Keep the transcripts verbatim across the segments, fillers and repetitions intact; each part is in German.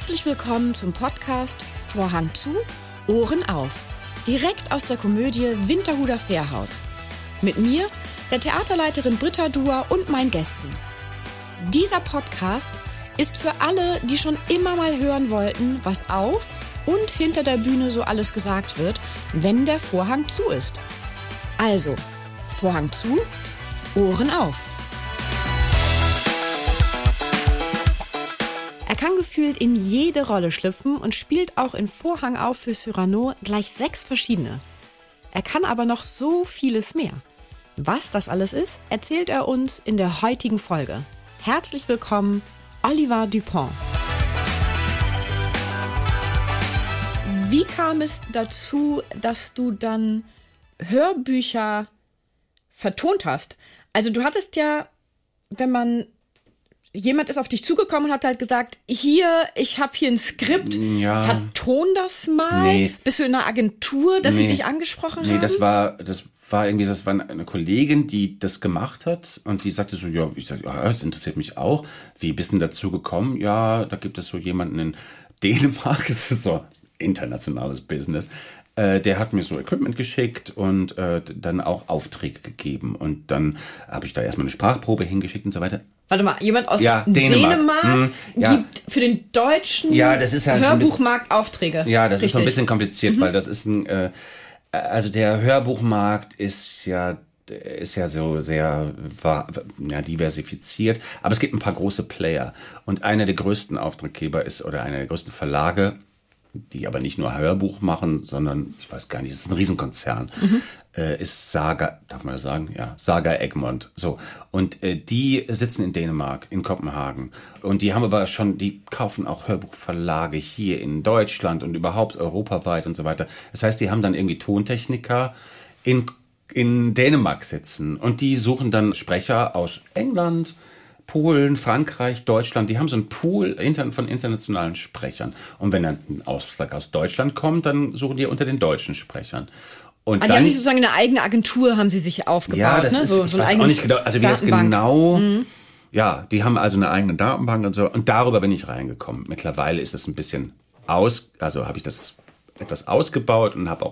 Herzlich willkommen zum Podcast Vorhang zu, Ohren auf. Direkt aus der Komödie Winterhuder Fährhaus. Mit mir, der Theaterleiterin Britta Duhr und meinen Gästen. Dieser Podcast ist für alle, die schon immer mal hören wollten, was auf und hinter der Bühne so alles gesagt wird, wenn der Vorhang zu ist. Also, Vorhang zu, Ohren auf. Er kann gefühlt in jede Rolle schlüpfen und spielt auch in Vorhang auf für Cyrano gleich sechs verschiedene. Er kann aber noch so vieles mehr. Was das alles ist, erzählt er uns in der heutigen Folge. Herzlich willkommen, Oliver Dupont. Wie kam es dazu, dass du dann Hörbücher vertont hast? Also du hattest ja, wenn man... Jemand ist auf dich zugekommen und hat halt gesagt, hier, ich habe hier ein Skript, ja. Verton das mal. Nee. Bist du in einer Agentur, dass nee. sie dich angesprochen nee, haben? Nee, das war, das war irgendwie, das war eine Kollegin, die das gemacht hat und die sagte so, ja, ich sag, ja, das interessiert mich auch. Wie bist du denn dazu gekommen? Ja, da gibt es so jemanden in Dänemark, das ist so internationales Business. Der hat mir so Equipment geschickt und äh, dann auch Aufträge gegeben. Und dann habe ich da erstmal eine Sprachprobe hingeschickt und so weiter. Warte mal, jemand aus ja, Dänemark, Dänemark hm, ja. gibt für den deutschen ja, das ist halt Hörbuchmarkt so bisschen, Aufträge. Ja, das Richtig. ist so ein bisschen kompliziert, mhm. weil das ist ein, äh, also der Hörbuchmarkt ist ja, ist ja so sehr war, ja, diversifiziert. Aber es gibt ein paar große Player. Und einer der größten Auftraggeber ist, oder einer der größten Verlage, die aber nicht nur Hörbuch machen, sondern, ich weiß gar nicht, es ist ein Riesenkonzern, mhm. äh, ist Saga, darf man das sagen? Ja, Saga Egmont. So. Und äh, die sitzen in Dänemark, in Kopenhagen. Und die haben aber schon, die kaufen auch Hörbuchverlage hier in Deutschland und überhaupt europaweit und so weiter. Das heißt, die haben dann irgendwie Tontechniker in, in Dänemark sitzen. Und die suchen dann Sprecher aus England, Polen, Frankreich, Deutschland, die haben so einen Pool von internationalen Sprechern. Und wenn dann ein Auftrag aus Deutschland kommt, dann suchen die unter den deutschen Sprechern. Und ah, dann, die haben sich sozusagen eine eigene Agentur, haben sie sich aufgebaut. Ja, das ne? ist, so, ich so weiß auch nicht genau, also wie das genau, mhm. ja, die haben also eine eigene Datenbank und so. Und darüber bin ich reingekommen. Mittlerweile ist es ein bisschen aus, also habe ich das etwas ausgebaut und habe auch...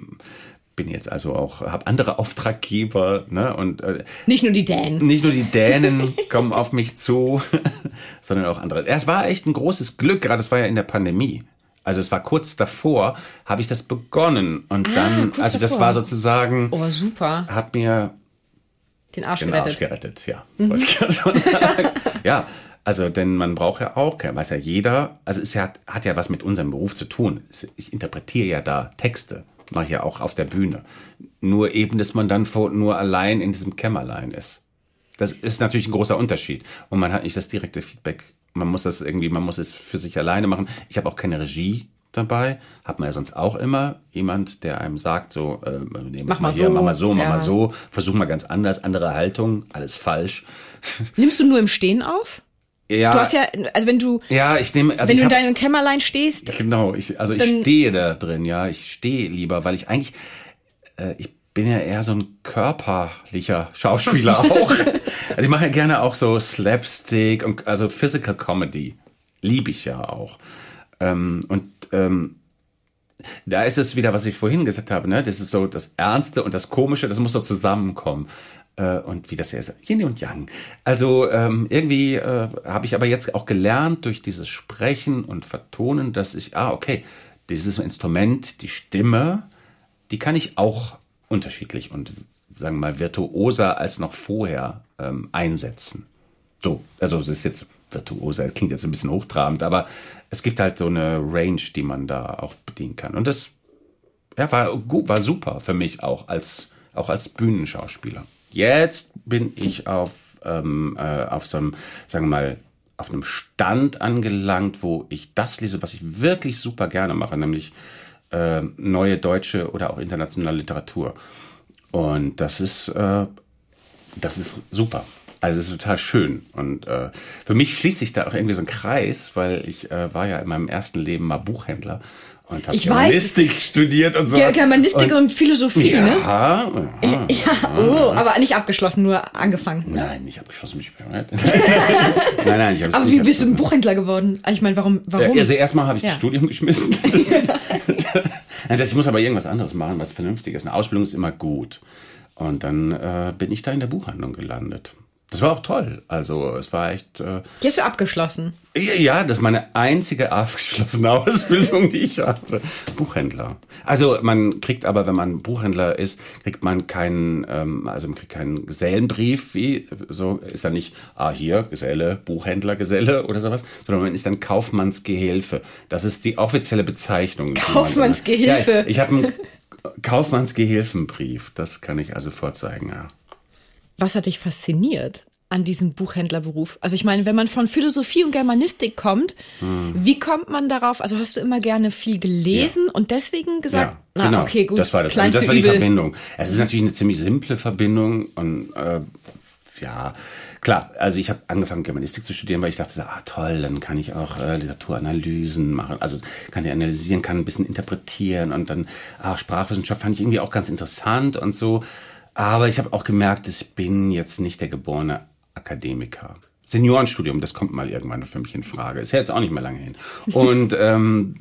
bin jetzt also auch, habe andere Auftraggeber, ne, und äh, nicht nur die Dänen. Nicht nur die Dänen kommen auf mich zu, sondern auch andere. Es war echt ein großes Glück, gerade es war ja in der Pandemie. Also es war kurz davor, habe ich das begonnen und ah, dann, also das davor. war sozusagen, oh super, hat mir den Arsch den gerettet. Arsch gerettet, ja, mhm. wollte ich gerade so sagen. Ja, also denn man braucht ja auch, weiß ja jeder, also es hat, hat ja was mit unserem Beruf zu tun. Ich interpretiere ja da Texte. Mache ich ja auch auf der Bühne. Nur eben, dass man dann vor, nur allein in diesem Kämmerlein ist. Das ist natürlich ein großer Unterschied. Und man hat nicht das direkte Feedback. Man muss das irgendwie, man muss es für sich alleine machen. Ich habe auch keine Regie dabei. Hat man ja sonst auch immer jemand, der einem sagt, so, äh, nee, mach, mach mal hier, so, mach mal so, mach ja. mal so. Versuch mal ganz anders, andere Haltung, alles falsch. Nimmst du nur im Stehen auf? Ja, du hast ja, also wenn du, ja, ich nehme, also wenn ich du hab, in deinem Kämmerlein stehst. Genau, ich, also ich stehe da drin, ja, ich stehe lieber, weil ich eigentlich, äh, ich bin ja eher so ein körperlicher Schauspieler auch. Also ich mache ja gerne auch so Slapstick und also Physical Comedy, liebe ich ja auch. Ähm, und ähm, da ist es wieder, was ich vorhin gesagt habe, ne, das ist so das Ernste und das Komische, das muss so zusammenkommen. Und wie das ja ist, Yin und Yang. Also ähm, irgendwie äh, habe ich aber jetzt auch gelernt durch dieses Sprechen und Vertonen, dass ich, ah okay, dieses Instrument, die Stimme, die kann ich auch unterschiedlich und sagen wir mal virtuoser als noch vorher ähm, einsetzen. So, also das ist jetzt virtuoser, das klingt jetzt ein bisschen hochtrabend, aber es gibt halt so eine Range, die man da auch bedienen kann. Und das ja, war gut, war super für mich auch als auch als Bühnenschauspieler. Jetzt bin ich auf, ähm, äh, auf so einem, sagen wir mal, auf einem Stand angelangt, wo ich das lese, was ich wirklich super gerne mache, nämlich äh, neue deutsche oder auch internationale Literatur. Und das ist, äh, das ist super. Also es ist total schön. Und äh, für mich schließt sich da auch irgendwie so ein Kreis, weil ich äh, war ja in meinem ersten Leben mal Buchhändler. und habe Ich Germanistik weiß. studiert und so. Ge- Germanistik und, und Philosophie, ja, ne? Ja, Ja, oh, aber nicht abgeschlossen, nur angefangen. Ne? Nein, nicht abgeschlossen, mich bescheuert. nein, nein, ich habe Aber wie bist du ein Buchhändler geworden? Ich meine, warum? warum? Also erstmal habe ich Ja. das Studium geschmissen. Ich muss aber irgendwas anderes machen, was Vernünftiges. Eine Ausbildung ist immer gut. Und dann äh, bin ich da in der Buchhandlung gelandet. Das war auch toll. Also es war echt... Äh, Die hast du abgeschlossen? Ja, das ist meine einzige abgeschlossene Ausbildung, die ich hatte. Buchhändler. Also man kriegt aber, wenn man Buchhändler ist, kriegt man keinen, ähm, also man kriegt keinen Gesellenbrief, wie, so ist dann nicht, ah hier, Geselle, Buchhändler, Geselle oder sowas, sondern man ist dann Kaufmannsgehilfe. Das ist die offizielle Bezeichnung. Kaufmannsgehilfe? Ja, ich habe einen Kaufmannsgehilfenbrief, das kann ich also vorzeigen, ja. Was hat dich fasziniert an diesem Buchhändlerberuf? Also ich meine, wenn man von Philosophie und Germanistik kommt, hm. wie kommt man darauf? Also hast du immer gerne viel gelesen ja. und deswegen gesagt, ja, na genau. okay, gut, das war das. Also das war die Übel. Verbindung. Es ist natürlich eine ziemlich simple Verbindung und äh, ja, klar, also ich habe angefangen Germanistik zu studieren, weil ich dachte, ah toll, dann kann ich auch äh, Literaturanalysen machen, also kann ich analysieren, kann ein bisschen interpretieren und dann, ah, Sprachwissenschaft fand ich irgendwie auch ganz interessant und so. Aber ich habe auch gemerkt, ich bin jetzt nicht der geborene Akademiker. Seniorenstudium, das kommt mal irgendwann für mich in Frage. Ist ja jetzt auch nicht mehr lange hin. Und ähm,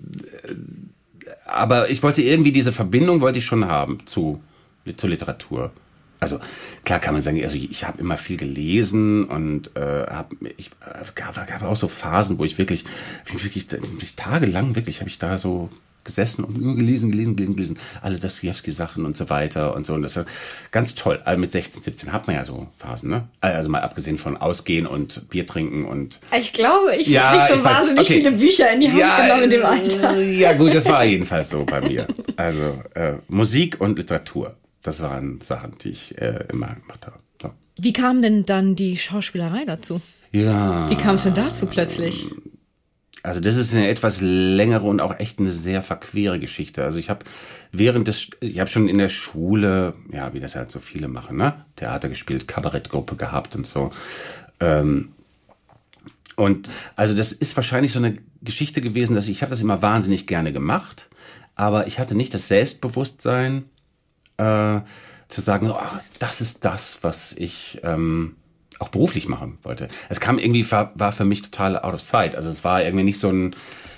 aber ich wollte irgendwie diese Verbindung wollte ich schon haben zu zur Literatur. Also klar kann man sagen, also ich habe immer viel gelesen und äh, habe ich gab, gab auch so Phasen, wo ich wirklich wirklich tagelang wirklich habe ich da so gesessen und nur gelesen, gelesen, gelesen, gelesen. Alle Dostoiewski-Sachen und so weiter und so. Und das war ganz toll. Also mit sechzehn, siebzehn hat man ja so Phasen, ne? Also mal abgesehen von Ausgehen und Bier trinken und... Ich glaube, ich ja, habe nicht so wahnsinnig okay. viele Bücher in die Hand ja, genommen in dem Alter. Ja gut, das war jedenfalls so bei mir. Also äh, Musik und Literatur, das waren Sachen, die ich äh, immer gemacht habe. So. Wie kam denn dann die Schauspielerei dazu? Ja... Wie kam es denn dazu plötzlich? Also das ist eine etwas längere und auch echt eine sehr verquere Geschichte. Also ich habe während des, ich habe schon in der Schule, ja, wie das halt so viele machen, ne, Theater gespielt, Kabarettgruppe gehabt und so. Ähm, und also das ist wahrscheinlich so eine Geschichte gewesen, dass ich, ich habe das immer wahnsinnig gerne gemacht, aber ich hatte nicht das Selbstbewusstsein, äh, zu sagen, oh, das ist das, was ich ähm, auch beruflich machen wollte. Es kam irgendwie, war für mich total out of sight. Also es war irgendwie nicht so ein,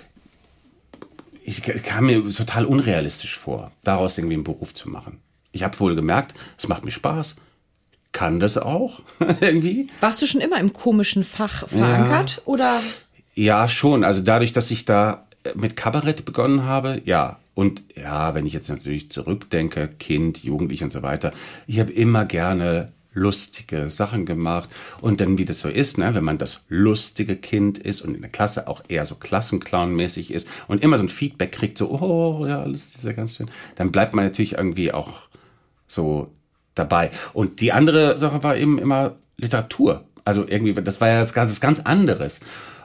ich kam mir total unrealistisch vor, daraus irgendwie einen Beruf zu machen. Ich habe wohl gemerkt, es macht mir Spaß, kann das auch irgendwie. Warst du schon immer im komischen Fach verankert, ja. oder? Ja, schon. Also dadurch, dass ich da mit Kabarett begonnen habe, ja. Und ja, wenn ich jetzt natürlich zurückdenke, Kind, Jugendlich und so weiter, ich habe immer gerne lustige Sachen gemacht und dann, wie das so ist, ne, wenn man das lustige Kind ist und in der Klasse auch eher so Klassenclown-mäßig ist und immer so ein Feedback kriegt, so, oh, ja, das ist ja ganz schön, dann bleibt man natürlich irgendwie auch so dabei. Und die andere Sache war eben immer Literatur. Also irgendwie, das war ja das ganz, ganz anderes.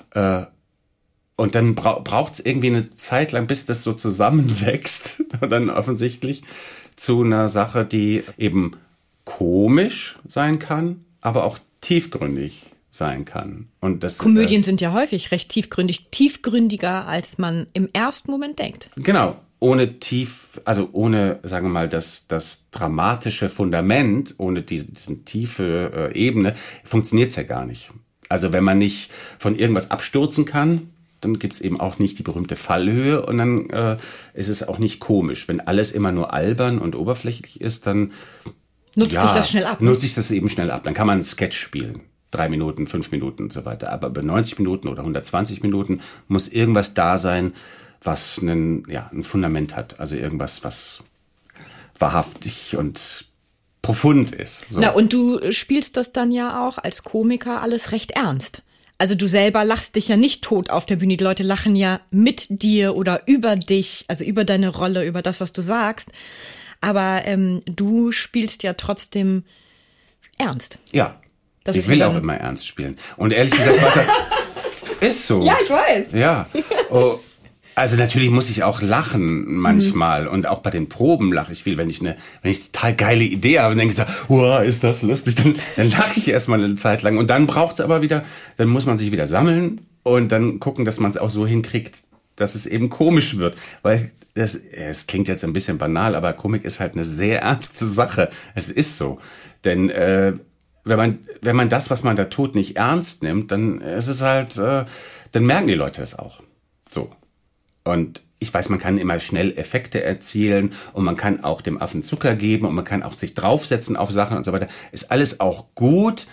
Und dann bra- braucht es irgendwie eine Zeit lang, bis das so zusammenwächst, dann offensichtlich zu einer Sache, die eben komisch sein kann, aber auch tiefgründig sein kann. Und das, Komödien äh, sind ja häufig recht tiefgründig, tiefgründiger, als man im ersten Moment denkt. Genau. Ohne tief, also ohne, sagen wir mal, das, das dramatische Fundament, ohne diese, diese tiefe äh, Ebene, funktioniert es ja gar nicht. Also wenn man nicht von irgendwas abstürzen kann, dann gibt's eben auch nicht die berühmte Fallhöhe und dann äh, ist es auch nicht komisch. Wenn alles immer nur albern und oberflächlich ist, dann nutzt ja, sich das schnell ab. Ne? Nutzt sich das eben schnell ab. Dann kann man einen Sketch spielen. Drei Minuten, fünf Minuten und so weiter. Aber bei neunzig Minuten oder hundertzwanzig Minuten muss irgendwas da sein, was einen, ja, ein Fundament hat. Also irgendwas, was wahrhaftig und profund ist. So. Na, und du spielst das dann ja auch als Komiker alles recht ernst. Also du selber lachst dich ja nicht tot auf der Bühne. Die Leute lachen ja mit dir oder über dich, also über deine Rolle, über das, was du sagst. Aber ähm, du spielst ja trotzdem ernst. Ja, das ich will auch immer ernst spielen. Und ehrlich gesagt, weiter ist so. Ja, ich weiß. Ja, oh, also natürlich muss ich auch lachen manchmal. Mhm. Und auch bei den Proben lache ich viel. Wenn ich eine, wenn ich eine total geile Idee habe und denke so, wow, ist das lustig, dann, dann lache ich erstmal eine Zeit lang. Und dann braucht es aber wieder, dann muss man sich wieder sammeln und dann gucken, dass man es auch so hinkriegt, dass es eben komisch wird. Weil das, es klingt jetzt ein bisschen banal, aber Komik ist halt eine sehr ernste Sache. Es ist so. Denn äh, wenn man, wenn man das, was man da tut, nicht ernst nimmt, dann ist es halt, äh, dann merken die Leute es auch. So. Und ich weiß, man kann immer schnell Effekte erzielen und man kann auch dem Affen Zucker geben und man kann auch sich draufsetzen auf Sachen und so weiter. Ist alles auch gut,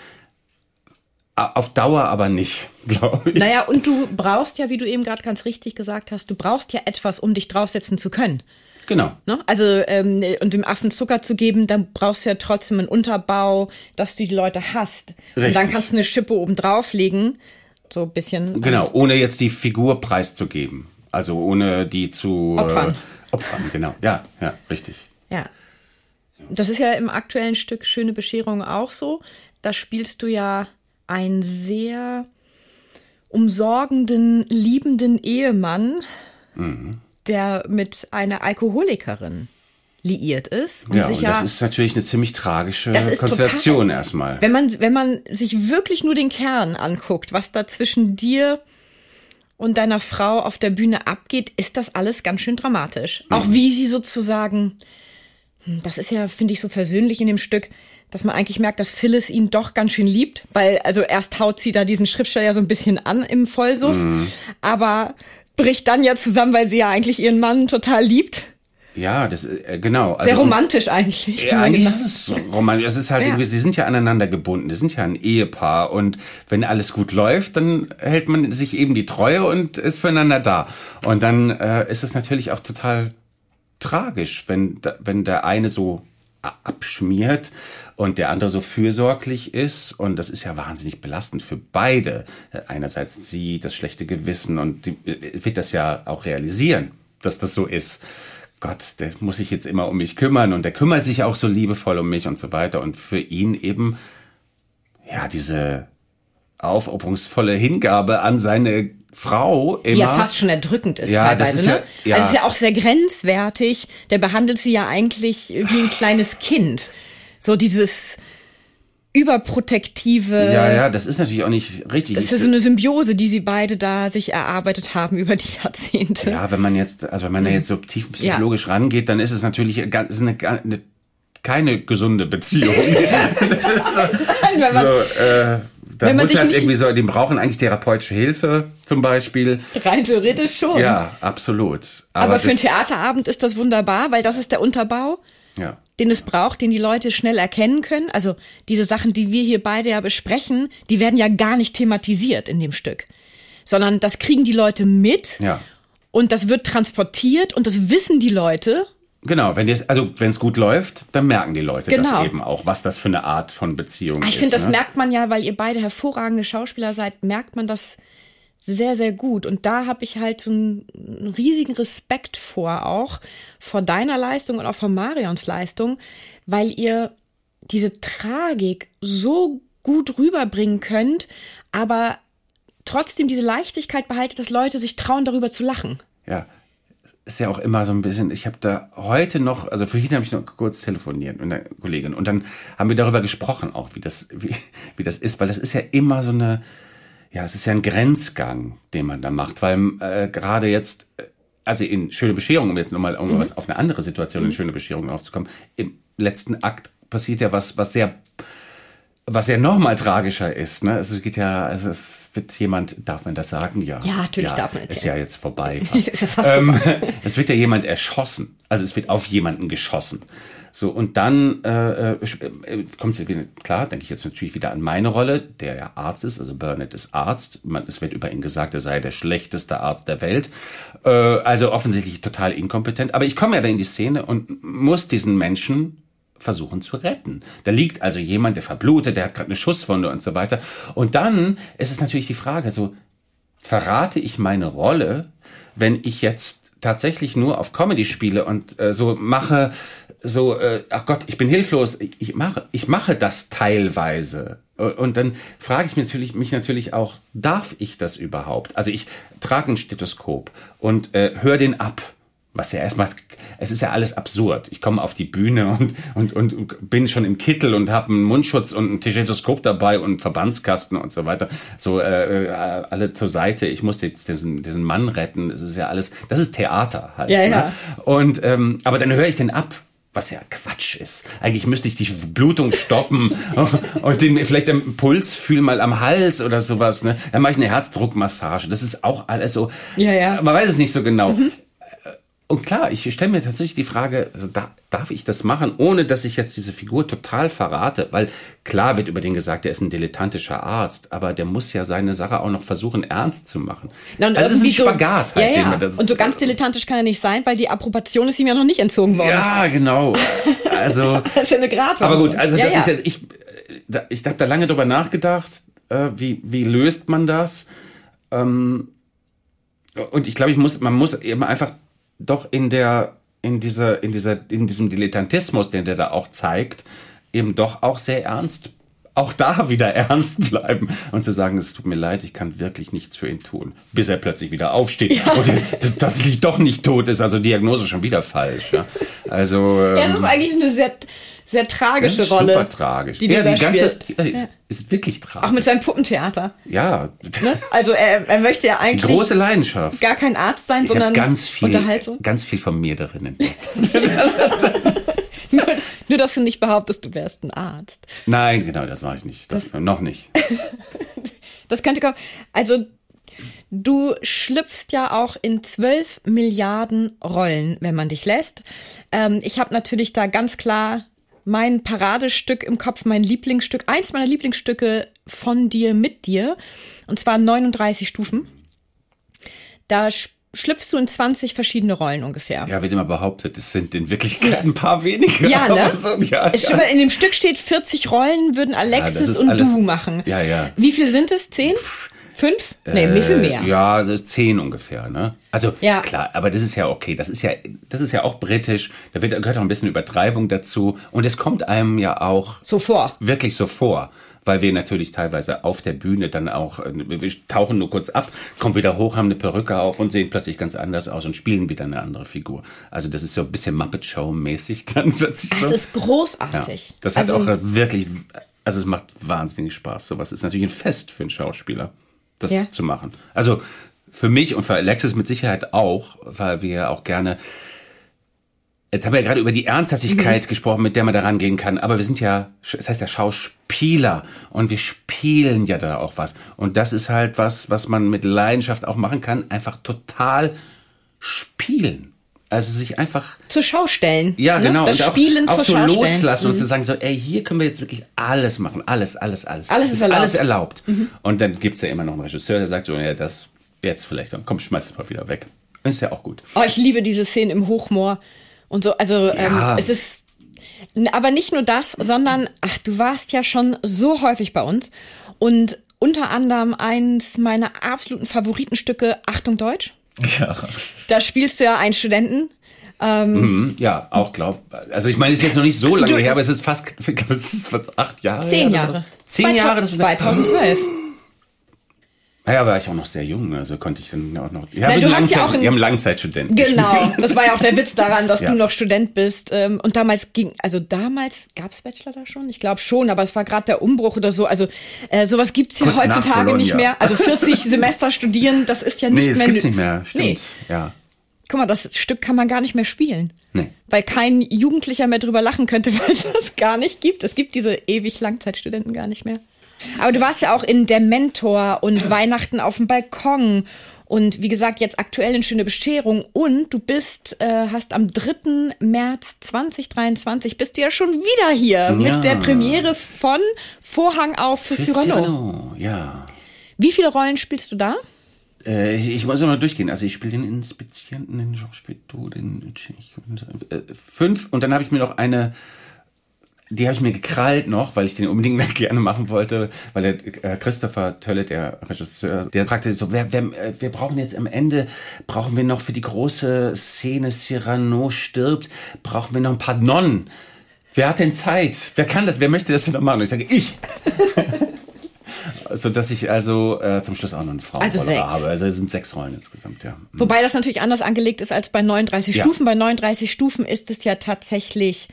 auf Dauer aber nicht, glaube ich. Naja, und du brauchst ja, wie du eben gerade ganz richtig gesagt hast, du brauchst ja etwas, um dich draufsetzen zu können. Genau. Ne? Also, ähm, und dem Affen Zucker zu geben, dann brauchst du ja trotzdem einen Unterbau, dass du die Leute hast. Richtig. Und dann kannst du eine Schippe oben drauflegen, so ein bisschen. Genau, ohne jetzt die Figur preiszugeben. Also ohne die zu opfern. Äh, opfern, genau. Ja, ja, richtig. Ja. Das ist ja im aktuellen Stück Schöne Bescherung auch so. Da spielst du ja einen sehr umsorgenden, liebenden Ehemann, mhm. der mit einer Alkoholikerin liiert ist. Und ja, sich und ja, das ist natürlich eine ziemlich tragische Konstellation total, erstmal. Wenn man, wenn man sich wirklich nur den Kern anguckt, was da zwischen dir und deiner Frau auf der Bühne abgeht, ist das alles ganz schön dramatisch. Mhm. Auch wie sie sozusagen, das ist ja, finde ich, so versöhnlich in dem Stück, dass man eigentlich merkt, dass Phyllis ihn doch ganz schön liebt, weil also erst haut sie da diesen Schriftsteller ja so ein bisschen an im Vollsuff, mhm. aber bricht dann ja zusammen, weil sie ja eigentlich ihren Mann total liebt. Ja, das äh, genau. Also, sehr romantisch eigentlich. Ja, eigentlich ist es so romantisch. Es ist halt, ja. irgendwie, sie sind ja aneinander gebunden. Sie sind ja ein Ehepaar und wenn alles gut läuft, dann hält man sich eben die Treue und ist füreinander da. Und dann äh, ist es natürlich auch total tragisch, wenn wenn der eine so abschmiert und der andere so fürsorglich ist. Und das ist ja wahnsinnig belastend für beide. Einerseits sie, das schlechte Gewissen und die wird das ja auch realisieren, dass das so ist. Gott, der muss sich jetzt immer um mich kümmern und der kümmert sich auch so liebevoll um mich und so weiter. Und für ihn eben, ja, diese aufopferungsvolle Hingabe an seine Frau immer. Die ja fast schon erdrückend ist ja, teilweise, das ist ne? ja, ja. Also es ist ja auch sehr grenzwertig. Der behandelt sie ja eigentlich wie ein kleines Kind. So dieses überprotektive. Ja, ja, das ist natürlich auch nicht richtig. Das ist so eine Symbiose, die sie beide da sich erarbeitet haben über die Jahrzehnte. Ja, wenn man jetzt, also wenn man da jetzt so tief psychologisch ja. rangeht, dann ist es natürlich ist eine, eine, keine gesunde Beziehung. Nein, wenn man, so, äh, da muss halt irgendwie so, die brauchen eigentlich therapeutische Hilfe zum Beispiel. Rein theoretisch schon. Ja, absolut. Aber, Aber für einen Theaterabend ist das wunderbar, weil das ist der Unterbau. Ja. Den es braucht, den die Leute schnell erkennen können. Also diese Sachen, die wir hier beide ja besprechen, die werden ja gar nicht thematisiert in dem Stück. Sondern das kriegen die Leute mit ja. und das wird transportiert und das wissen die Leute. Genau, wenn es also wenn es gut läuft, dann merken die Leute genau. das eben auch, was das für eine Art von Beziehung ich ist. Ich finde, das ne? merkt man ja, weil ihr beide hervorragende Schauspieler seid, merkt man das sehr, sehr gut. Und da habe ich halt so einen, einen riesigen Respekt vor auch, vor deiner Leistung und auch vor Marions Leistung, weil ihr diese Tragik so gut rüberbringen könnt, aber trotzdem diese Leichtigkeit behaltet, dass Leute sich trauen, darüber zu lachen. Ja, ist ja auch immer so ein bisschen, ich habe da heute noch, also vorhin habe ich noch kurz telefoniert mit einer Kollegin und dann haben wir darüber gesprochen auch, wie das, wie, wie das ist, weil das ist ja immer so eine, ja, es ist ja ein Grenzgang, den man da macht, weil äh, gerade jetzt, also in Schöne Bescherung, um jetzt nochmal irgendwas mhm. auf eine andere Situation in Schöne Bescherung aufzukommen, im letzten Akt passiert ja was, was sehr, was ja nochmal tragischer ist, ne? Also es geht ja, also es wird jemand, darf man das sagen? Ja. Ja, natürlich ja, darf man erzählen. Ist ja jetzt vorbei. ist ja fast ähm, vorbei. Es wird ja jemand erschossen, also es wird auf jemanden geschossen. So, und dann äh, äh, kommt es wieder, klar, denke ich jetzt natürlich wieder an meine Rolle, der ja Arzt ist, also Burnett ist Arzt. Man, es wird über ihn gesagt, er sei der schlechteste Arzt der Welt. Äh, also offensichtlich total inkompetent. Aber ich komme ja da in die Szene und muss diesen Menschen versuchen zu retten. Da liegt also jemand, der verblutet, der hat gerade eine Schusswunde und so weiter. Und dann ist es natürlich die Frage, so, verrate ich meine Rolle, wenn ich jetzt tatsächlich nur auf Comedy spiele und äh, so mache, so, äh, ach Gott, ich bin hilflos, ich, ich mache, ich mache das teilweise. Und dann frage ich mich natürlich, mich natürlich auch, darf ich das überhaupt? Also ich trage ein Stethoskop und äh, höre den ab, Was ja erstmal, es ist ja alles absurd. Ich komme auf die Bühne und, und, und, und bin schon im Kittel und habe einen Mundschutz und ein Stethoskop dabei und einen Verbandskasten und so weiter. So äh, alle zur Seite. Ich muss jetzt diesen, diesen Mann retten. Das ist ja alles, das ist Theater halt. Ja, ne? ja. Und, ähm, aber dann höre ich den ab. Was ja Quatsch ist. Eigentlich müsste ich die Blutung stoppen und den, vielleicht den Puls fühlen mal am Hals oder sowas. Ne? Dann mache ich eine Herzdruckmassage. Das ist auch alles so. Ja, ja. Man weiß es nicht so genau. Mhm. Und klar, ich stelle mir tatsächlich die Frage, also da, darf ich das machen, ohne dass ich jetzt diese Figur total verrate? Weil klar wird über den gesagt, er ist ein dilettantischer Arzt, aber der muss ja seine Sache auch noch versuchen, ernst zu machen. Na, und also das ist ein so, Spagat. Halt, ja, ja. Den das, und so ganz dilettantisch kann er nicht sein, weil die Approbation ist ihm ja noch nicht entzogen worden. Ja, genau. Also, das ist ja eine Gratwanderung. Aber gut, also ja, das ja. ist jetzt, ich, ich habe da lange drüber nachgedacht, äh, wie, wie löst man das? Ähm, und ich glaube, ich muss, man muss eben einfach doch in der, in dieser, in dieser, in diesem Dilettantismus, den der da auch zeigt, eben doch auch sehr ernst, auch da wieder ernst bleiben und zu sagen, es tut mir leid, ich kann wirklich nichts für ihn tun, bis er plötzlich wieder aufsteht ja. und er tatsächlich doch nicht tot ist, also Diagnose schon wieder falsch. Ja, also, ähm, ja das ist eigentlich eine sehr, sehr tragische das ist Rolle. Super tragisch. Die du ja, da die ganze, spielst. ja, ist, ist wirklich tragisch. Auch mit seinem Puppentheater. Ja. Ne? Also er, er möchte ja eigentlich die große Leidenschaft. Gar kein Arzt sein, ich sondern ganz viel, Unterhaltung. Ganz viel von mir darin. nur, nur, dass du nicht behauptest, du wärst ein Arzt. Nein, genau, das mache ich nicht. Das, das noch nicht. Das könnte kommen. Also du schlüpfst ja auch in zwölf Milliarden Rollen, wenn man dich lässt. Ähm, ich habe natürlich da ganz klar mein Paradestück im Kopf, mein Lieblingsstück, eins meiner Lieblingsstücke von dir mit dir, und zwar neununddreißig Stufen. Da schlüpfst du in zwanzig verschiedene Rollen ungefähr. Ja, wird immer behauptet, es sind in Wirklichkeit ein paar weniger. Ja, ne? So, ja, es ja. In dem Stück steht, vierzig Rollen würden Alexis ja, und alles, du machen. Ja, ja. Wie viel sind es? Zehn? Fünf? Nee, ein bisschen mehr. Äh, ja, das ist zehn ungefähr, ne? Also, ja. klar, aber das ist ja okay. Das ist ja, das ist ja auch britisch. Da wird, gehört auch ein bisschen Übertreibung dazu. Und es kommt einem ja auch so vor. Wirklich so vor. Weil wir natürlich teilweise auf der Bühne dann auch, wir tauchen nur kurz ab, kommen wieder hoch, haben eine Perücke auf und sehen plötzlich ganz anders aus und spielen wieder eine andere Figur. Also das ist so ein bisschen Muppet Show-mäßig dann plötzlich. Das so. ist großartig. Ja, das also, hat auch wirklich, also es macht wahnsinnig Spaß. Sowas ist natürlich ein Fest für einen Schauspieler, das ja. zu machen. Also für mich und für Alexis mit Sicherheit auch, weil wir auch gerne, jetzt haben wir ja gerade über die Ernsthaftigkeit mhm. gesprochen, mit der man da rangehen kann, aber wir sind ja, das heißt ja Schauspieler und wir spielen ja da auch was. Und das ist halt was, was man mit Leidenschaft auch machen kann, einfach total spielen. Also sich einfach zur Schau stellen. Ja, ne? genau. Das und Spielen auch, auch zur so Schau loslassen stellen. und mhm. zu sagen so, ey, hier können wir jetzt wirklich alles machen. Alles, alles, alles. Alles ist erlaubt. Alles erlaubt. Mhm. Und dann gibt's ja immer noch einen Regisseur, der sagt so, ja, das jetzt vielleicht, komm, schmeiß es mal wieder weg. Ist ja auch gut. Oh, ich liebe diese Szene im Hochmoor und so. Also ja. ähm, es ist, aber nicht nur das, sondern, ach, du warst ja schon so häufig bei uns und unter anderem eins meiner absoluten Favoritenstücke, Achtung Deutsch. Ja. Da spielst du ja einen Studenten. Ähm, mhm, ja, auch glaub. Also ich meine, es ist jetzt noch nicht so lange du, her, aber es ist fast, ich glaube, es ist fast acht Jahre. Zehn her, Jahre. So. Zehn Jahre. Das zweitausendzwölf. Naja, war ich auch noch sehr jung, also konnte ich dann auch noch. Ja, du hast ja auch einen, wir haben Langzeitstudenten. Genau, gespielt. das war ja auch der Witz daran, dass ja. du noch Student bist. Und damals ging, also damals gab's Bachelor da schon? Ich glaube schon, aber es war gerade der Umbruch oder so. Also äh, sowas gibt's ja Kurz heutzutage Bologna. nicht mehr. Also vierzig Semester studieren, das ist ja nicht nee, das mehr. Gibt's nicht mehr, stimmt. Nee. Ja. Guck mal, das Stück kann man gar nicht mehr spielen. Nee. Weil kein Jugendlicher mehr drüber lachen könnte, weil es das gar nicht gibt. Es gibt diese ewig Langzeitstudenten gar nicht mehr. Aber du warst ja auch in Der Mentor und Weihnachten auf dem Balkon und wie gesagt, jetzt aktuell in Schöne Bescherung und du bist, äh, hast am dritten März zweitausenddreiundzwanzig bist du ja schon wieder hier ja. mit der Premiere von Vorhang auf für, für Cyrano. Cyrano, ja. Wie viele Rollen spielst du da? Äh, ich muss immer durchgehen. Also ich spiele den Inspizienten, den Georges Feydeau, den äh, fünf und dann habe ich mir noch eine Die habe ich mir gekrallt noch, weil ich den unbedingt gerne machen wollte, weil der äh, Christopher Tölle, der Regisseur, der fragte so, wer, wer, wir brauchen jetzt am Ende, brauchen wir noch für die große Szene Cyrano stirbt, brauchen wir noch ein paar Nonnen. Wer hat denn Zeit? Wer kann das? Wer möchte das denn noch machen? Und ich sage, ich. sodass ich also äh, zum Schluss auch noch eine Frauenrolle Also sechs. habe. Also es sind sechs Rollen insgesamt, ja. Wobei das natürlich anders angelegt ist als bei neununddreißig Ja. Stufen. Bei neununddreißig Stufen ist es ja tatsächlich,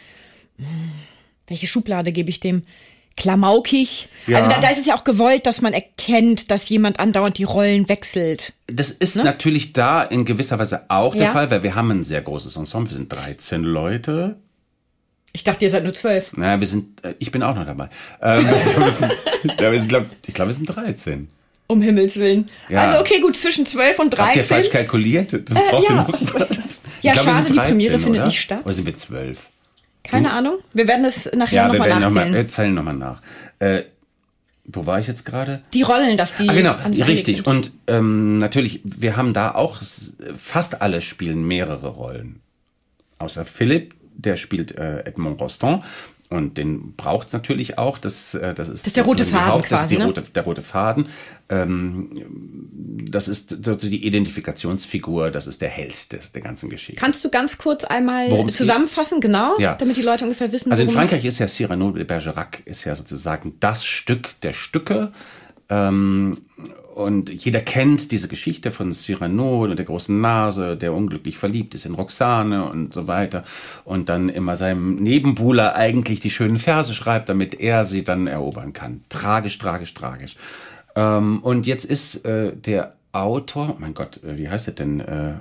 welche Schublade gebe ich dem? Klamaukig. Ja. Also da, da ist es ja auch gewollt, dass man erkennt, dass jemand andauernd die Rollen wechselt. Das ist ne? natürlich da in gewisser Weise auch der Ja. Fall, weil wir haben ein sehr großes Ensemble. Wir sind dreizehn Leute. Ich dachte, ihr seid nur zwölf. Naja, wir sind, äh, ich bin auch noch dabei. Ähm, wir sind, ja, wir sind, glaub, ich glaube, wir sind dreizehn. Um Himmels Willen. Ja. Also okay, gut, zwischen zwölf und Habt ihr dreizehn. falsch kalkuliert? Das Äh, braucht ja. ihr noch. Ich Ja, glaub, wir schade, sind die Premiere findet oder? nicht statt. Oder sind wir zwölf? Keine Ahnung. Wir werden es nachher Ja, wir nochmal werden nachzählen. nochmal, wir zählen nochmal nach. Äh, wo war ich jetzt gerade? Die Rollen, dass die Ah, genau, an sich richtig. angelegt Und ähm, natürlich, wir haben da auch, s- fast alle spielen mehrere Rollen. Außer Philipp, der spielt äh, Edmond Rostand. Und den braucht es natürlich auch. Das, äh, das, ist, Das ist der rote sozusagen die Faden Haupt- Das ist die quasi, ne? rote, der rote Faden. Ähm, das ist sozusagen die Identifikationsfigur, das ist der Held des, der ganzen Geschichte. Kannst du ganz kurz einmal Worum es zusammenfassen, genau, Ja. damit die Leute ungefähr wissen, Also in worum- Frankreich ist ja Cyrano de Bergerac ist ja sozusagen das Stück der Stücke. Ähm, und jeder kennt diese Geschichte von Cyrano und der großen Nase, der unglücklich verliebt ist in Roxane und so weiter. Und dann immer seinem Nebenbuhler eigentlich die schönen Verse schreibt, damit er sie dann erobern kann. Tragisch, tragisch, tragisch. Ähm, und jetzt ist äh, der Autor, oh mein Gott, äh, wie heißt er denn? Äh,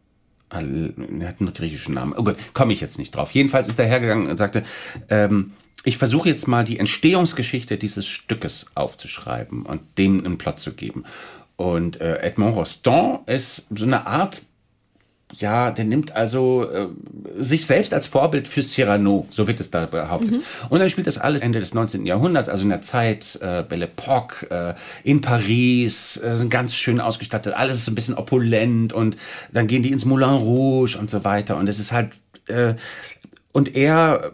Al- er hat einen griechischen Namen. Oh Gott, komme ich jetzt nicht drauf. Jedenfalls ist er hergegangen und sagte, ähm, ich versuche jetzt mal die Entstehungsgeschichte dieses Stückes aufzuschreiben und dem einen Plot zu geben. Und äh, Edmond Rostand ist so eine Art, ja, der nimmt also äh, sich selbst als Vorbild für Cyrano, so wird es da behauptet. Mhm. Und dann spielt das alles Ende des neunzehnten Jahrhunderts, also in der Zeit äh, Belle Époque, äh, in Paris, äh, sind ganz schön ausgestattet, alles ist so ein bisschen opulent und dann gehen die ins Moulin Rouge und so weiter. Und es ist halt, äh, und er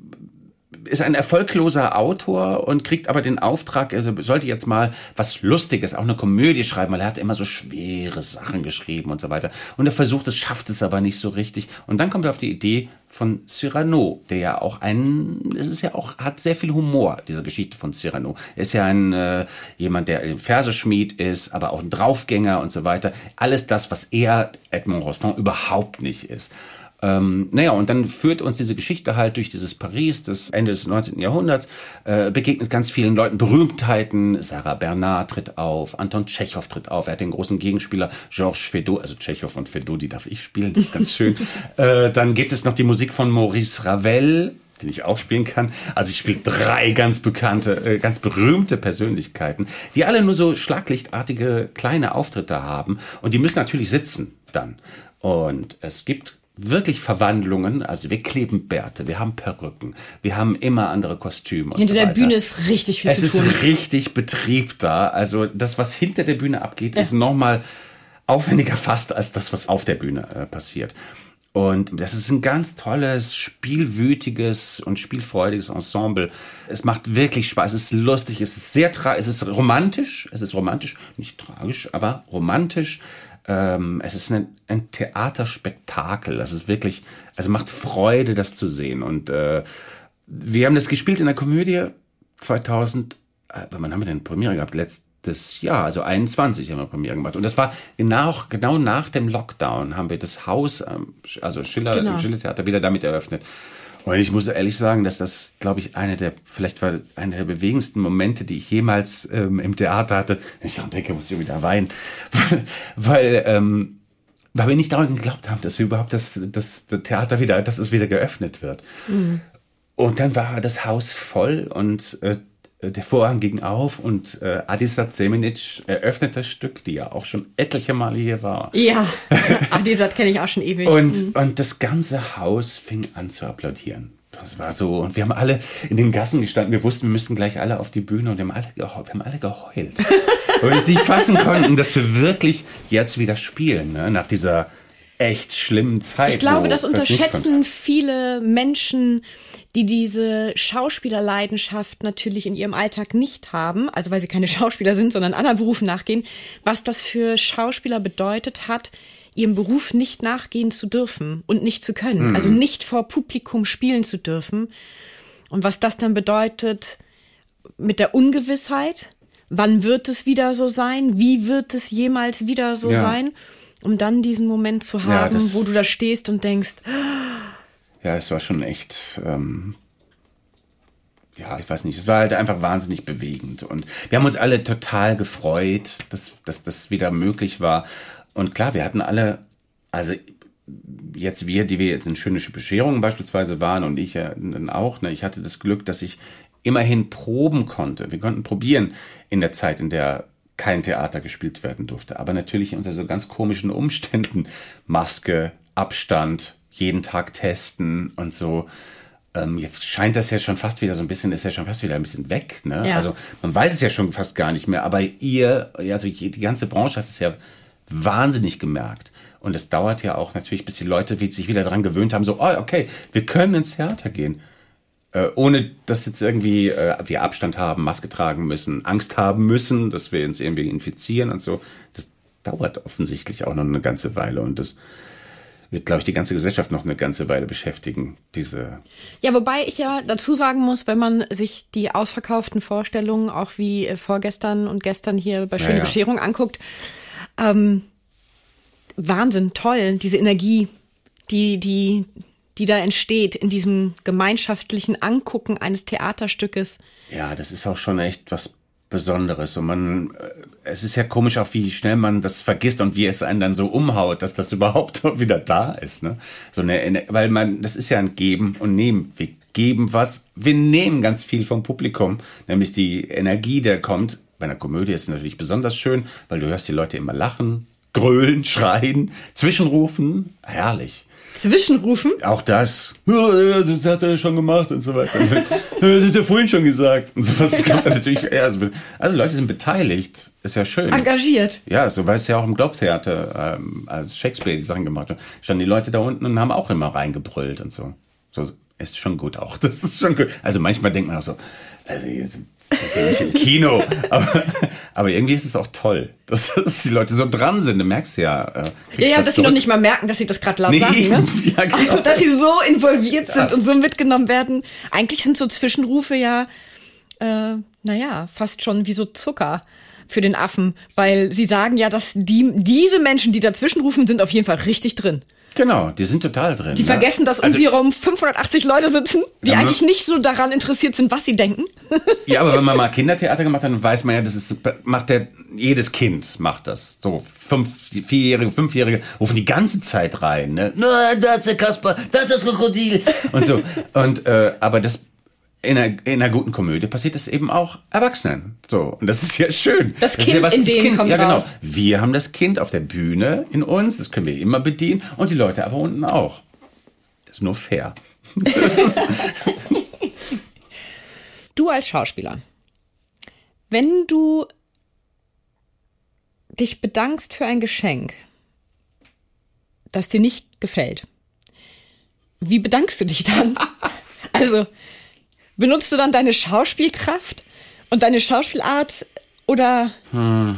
ist ein erfolgloser Autor und kriegt aber den Auftrag, er sollte jetzt mal was Lustiges, auch eine Komödie schreiben, weil er hat immer so schwere Sachen geschrieben und so weiter. Und er versucht es, schafft es aber nicht so richtig. Und dann kommt er auf die Idee von Cyrano, der ja auch ein, es ist ja auch, hat sehr viel Humor, diese Geschichte von Cyrano. Er ist ja ein, äh, jemand, der ein Verseschmied ist, aber auch ein Draufgänger und so weiter. Alles das, was er, Edmond Rostand, überhaupt nicht ist. Ähm, naja, und dann führt uns diese Geschichte halt durch dieses Paris des Ende des neunzehnten Jahrhunderts, äh, begegnet ganz vielen Leuten, Berühmtheiten, Sarah Bernard tritt auf, Anton Tschechow tritt auf, er hat den großen Gegenspieler Georges Feydeau, also Tschechow und Feydeau, die darf ich spielen, das ist ganz schön. äh, dann gibt es noch die Musik von Maurice Ravel, den ich auch spielen kann. Also ich spiele drei ganz bekannte, äh, ganz berühmte Persönlichkeiten, die alle nur so schlaglichtartige kleine Auftritte haben und die müssen natürlich sitzen dann. Und es gibt wirklich Verwandlungen, also wir kleben Bärte, wir haben Perücken, wir haben immer andere Kostüme und Hinter so weiter. der Bühne ist richtig viel es zu tun. ist richtig Betrieb da. Also das, was hinter der Bühne abgeht, ja. ist nochmal aufwendiger fast als das, was auf der Bühne äh, passiert. Und das ist ein ganz tolles, spielwütiges und spielfreudiges Ensemble. Es macht wirklich Spaß, es ist lustig, es ist sehr tra- es ist romantisch, es ist romantisch, nicht tragisch, aber romantisch. Ähm, es ist ein, ein Theaterspektakel. Das ist wirklich, also macht Freude, das zu sehen. Und äh, wir haben das gespielt in der Komödie zweitausend, äh, wann haben wir denn Premiere gehabt? Letztes Jahr, also einundzwanzig haben wir Premiere gemacht. Und das war genau, genau nach dem Lockdown haben wir das Haus, ähm, also Schiller, Genau. im Schillertheater wieder damit eröffnet. Und ich muss ehrlich sagen, dass das, glaube ich, eine der, vielleicht war eine der bewegendsten Momente, die ich jemals ähm, im Theater hatte. Ich denke, muss ich wieder weinen. weil, ähm, weil wir nicht daran geglaubt haben, dass wir überhaupt das, das, das Theater wieder, dass es wieder geöffnet wird. Mhm. Und dann war das Haus voll und äh, der Vorhang ging auf und äh, Adisat Semenic eröffnet das Stück, die ja auch schon etliche Male hier war. Ja, Adisat kenne ich auch schon ewig. Und, mhm. und das ganze Haus fing an zu applaudieren. Das war so, und wir haben alle in den Gassen gestanden, wir wussten, wir müssten gleich alle auf die Bühne und wir haben alle geheult. Wir haben alle geheult. Weil wir es nicht fassen konnten, dass wir wirklich jetzt wieder spielen, ne? Nach dieser echt schlimmen Zeit. Ich glaube, wo das unterschätzen nicht viele Menschen, die diese Schauspielerleidenschaft natürlich in ihrem Alltag nicht haben, also weil sie keine Schauspieler sind, sondern anderen Berufen nachgehen, was das für Schauspieler bedeutet hat, ihrem Beruf nicht nachgehen zu dürfen und nicht zu können, mhm. also nicht vor Publikum spielen zu dürfen und was das dann bedeutet mit der Ungewissheit, wann wird es wieder so sein? Wie wird es jemals wieder so ja. sein? Um dann diesen Moment zu haben, ja, das, wo du da stehst und denkst... Ja, es war schon echt... Ähm, ja, ich weiß nicht, es war halt einfach wahnsinnig bewegend. Und wir haben uns alle total gefreut, dass, dass das wieder möglich war. Und klar, wir hatten alle... Also jetzt wir, die wir jetzt in Schönische Bescherungen beispielsweise waren und ich ja dann auch, ne, ich hatte das Glück, dass ich immerhin proben konnte. Wir konnten probieren in der Zeit, in der kein Theater gespielt werden durfte. Aber natürlich unter so ganz komischen Umständen. Maske, Abstand, jeden Tag testen und so. Ähm, jetzt scheint das ja schon fast wieder so ein bisschen, ist ja schon fast wieder ein bisschen weg. Ne? Ja. Also man weiß es ja schon fast gar nicht mehr. Aber ihr, also die ganze Branche hat es ja wahnsinnig gemerkt. Und es dauert ja auch natürlich, bis die Leute sich wieder daran gewöhnt haben, so, oh, okay, wir können ins Theater gehen. Äh, ohne, dass jetzt irgendwie äh, wir Abstand haben, Maske tragen müssen, Angst haben müssen, dass wir uns irgendwie infizieren und so. Das dauert offensichtlich auch noch eine ganze Weile. Und das wird, glaube ich, die ganze Gesellschaft noch eine ganze Weile beschäftigen. Diese Ja, wobei ich ja dazu sagen muss, wenn man sich die ausverkauften Vorstellungen, auch wie äh, vorgestern und gestern hier bei Schöne ja, ja. Bescherung anguckt, ähm, Wahnsinn, toll, diese Energie, die, die, die da entsteht in diesem gemeinschaftlichen Angucken eines Theaterstückes. Ja, das ist auch schon echt was Besonderes. Und man, es ist ja komisch auch, wie schnell man das vergisst und wie es einen dann so umhaut, dass das überhaupt wieder da ist. Ne? So eine, weil man, das ist ja ein Geben und Nehmen. Wir geben was, wir nehmen ganz viel vom Publikum, nämlich die Energie, der kommt. Bei einer Komödie ist es natürlich besonders schön, weil du hörst die Leute immer lachen, grölen, schreien, zwischenrufen, herrlich. Zwischenrufen? Auch das. Das hat er schon gemacht und so weiter. Das hat er vorhin schon gesagt. Und sowas. Das kommt dann natürlich, ja, also, also Leute sind beteiligt. Ist ja schön. Engagiert. Ja, so war es ja auch im Globe-Theater, ähm, als Shakespeare die Sachen gemacht hat. Standen die Leute da unten und haben auch immer reingebrüllt und so. So ist schon gut auch. Das ist schon gut. Also manchmal denkt man auch so, also jetzt bin ich im Kino. Aber, aber irgendwie ist es auch toll, dass, dass die Leute so dran sind. Du merkst ja. Äh, ja, ja, das dass zurück. Sie noch nicht mal merken, dass sie das gerade laut nee, sagen. Ne? Ja, genau. Also, dass sie so involviert sind ja. und so mitgenommen werden. Eigentlich sind so Zwischenrufe ja, äh, naja, fast schon wie so Zucker für den Affen. Weil sie sagen ja, dass die, diese Menschen, die dazwischen rufen, sind auf jeden Fall richtig drin. Genau, die sind total drin. Die ne? vergessen, dass um also, sie herum fünfhundertachtzig Leute sitzen, die ja, eigentlich nicht so daran interessiert sind, was sie denken. Ja, aber wenn man mal Kindertheater gemacht hat, dann weiß man ja, das ist, macht der, jedes Kind macht das. So fünf, vierjährige, fünfjährige rufen die ganze Zeit rein, ne? Na, da ist der Kasper, da ist das Krokodil. Und so. Und, äh, aber das, in einer, in einer guten Komödie passiert es eben auch Erwachsenen. So. Und das ist ja schön. Das, das Kind ist ja was, in denen kind, kommt ja, genau. raus. Wir haben das Kind auf der Bühne in uns, das können wir immer bedienen und die Leute aber unten auch. Das ist nur fair. Du als Schauspieler, wenn du dich bedankst für ein Geschenk, das dir nicht gefällt, wie bedankst du dich dann? Also, benutzt du dann deine Schauspielkraft und deine Schauspielart oder? Hm.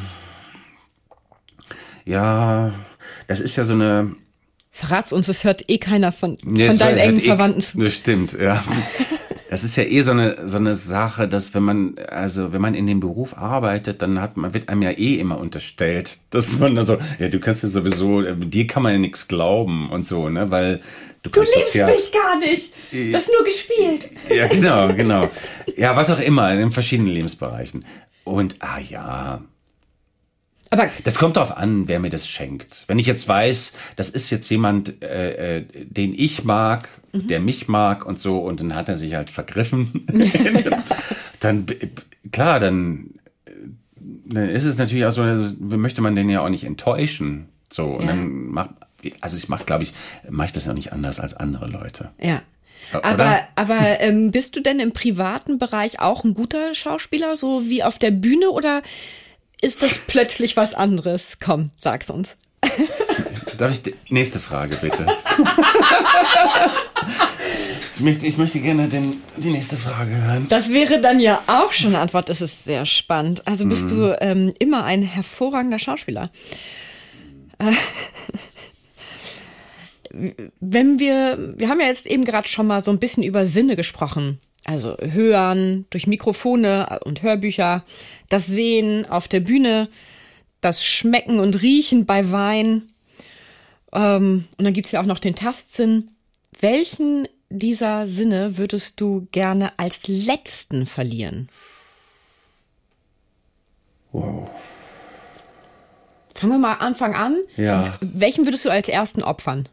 Ja, das ist ja so eine... Verrat's uns, das hört eh keiner von, nee, von deinen engen eh, Verwandten. Das stimmt, ja. Das ist ja eh so eine, so eine Sache, dass wenn man, also wenn man in dem Beruf arbeitet, dann hat man, wird einem ja eh immer unterstellt, dass man dann so, ja, du kannst ja sowieso, dir kann man ja nichts glauben und so, ne, weil du, du liebst ja, mich gar nicht. Das ist nur gespielt. Ja, genau, genau. Ja, was auch immer, in verschiedenen Lebensbereichen. Und, ah ja. Aber das kommt darauf an, wer mir das schenkt. Wenn ich jetzt weiß, das ist jetzt jemand, äh, äh, den ich mag, mhm. der mich mag und so, und dann hat er sich halt vergriffen, dann, klar, dann, dann ist es natürlich auch so, möchte man den ja auch nicht enttäuschen. So, und ja. dann macht, also ich mache, glaube ich, mache ich das ja nicht anders als andere Leute. Ja. Oder? Aber, aber ähm, bist du denn im privaten Bereich auch ein guter Schauspieler, so wie auf der Bühne, oder ist das plötzlich was anderes? Komm, sag's uns. Darf ich die nächste Frage, bitte? ich, möchte, ich möchte gerne den, die nächste Frage hören. Das wäre dann ja auch schon eine Antwort. Das ist sehr spannend. Also bist mm. du ähm, immer ein hervorragender Schauspieler. Äh, wenn wir, wir haben ja jetzt eben gerade schon mal so ein bisschen über Sinne gesprochen. Also Hören durch Mikrofone und Hörbücher, das Sehen auf der Bühne, das Schmecken und Riechen bei Wein. Ähm, und dann gibt's ja auch noch den Tastsinn. Welchen dieser Sinne würdest du gerne als letzten verlieren? Wow. Fangen wir mal Anfang an. Ja. Und welchen würdest du als ersten opfern?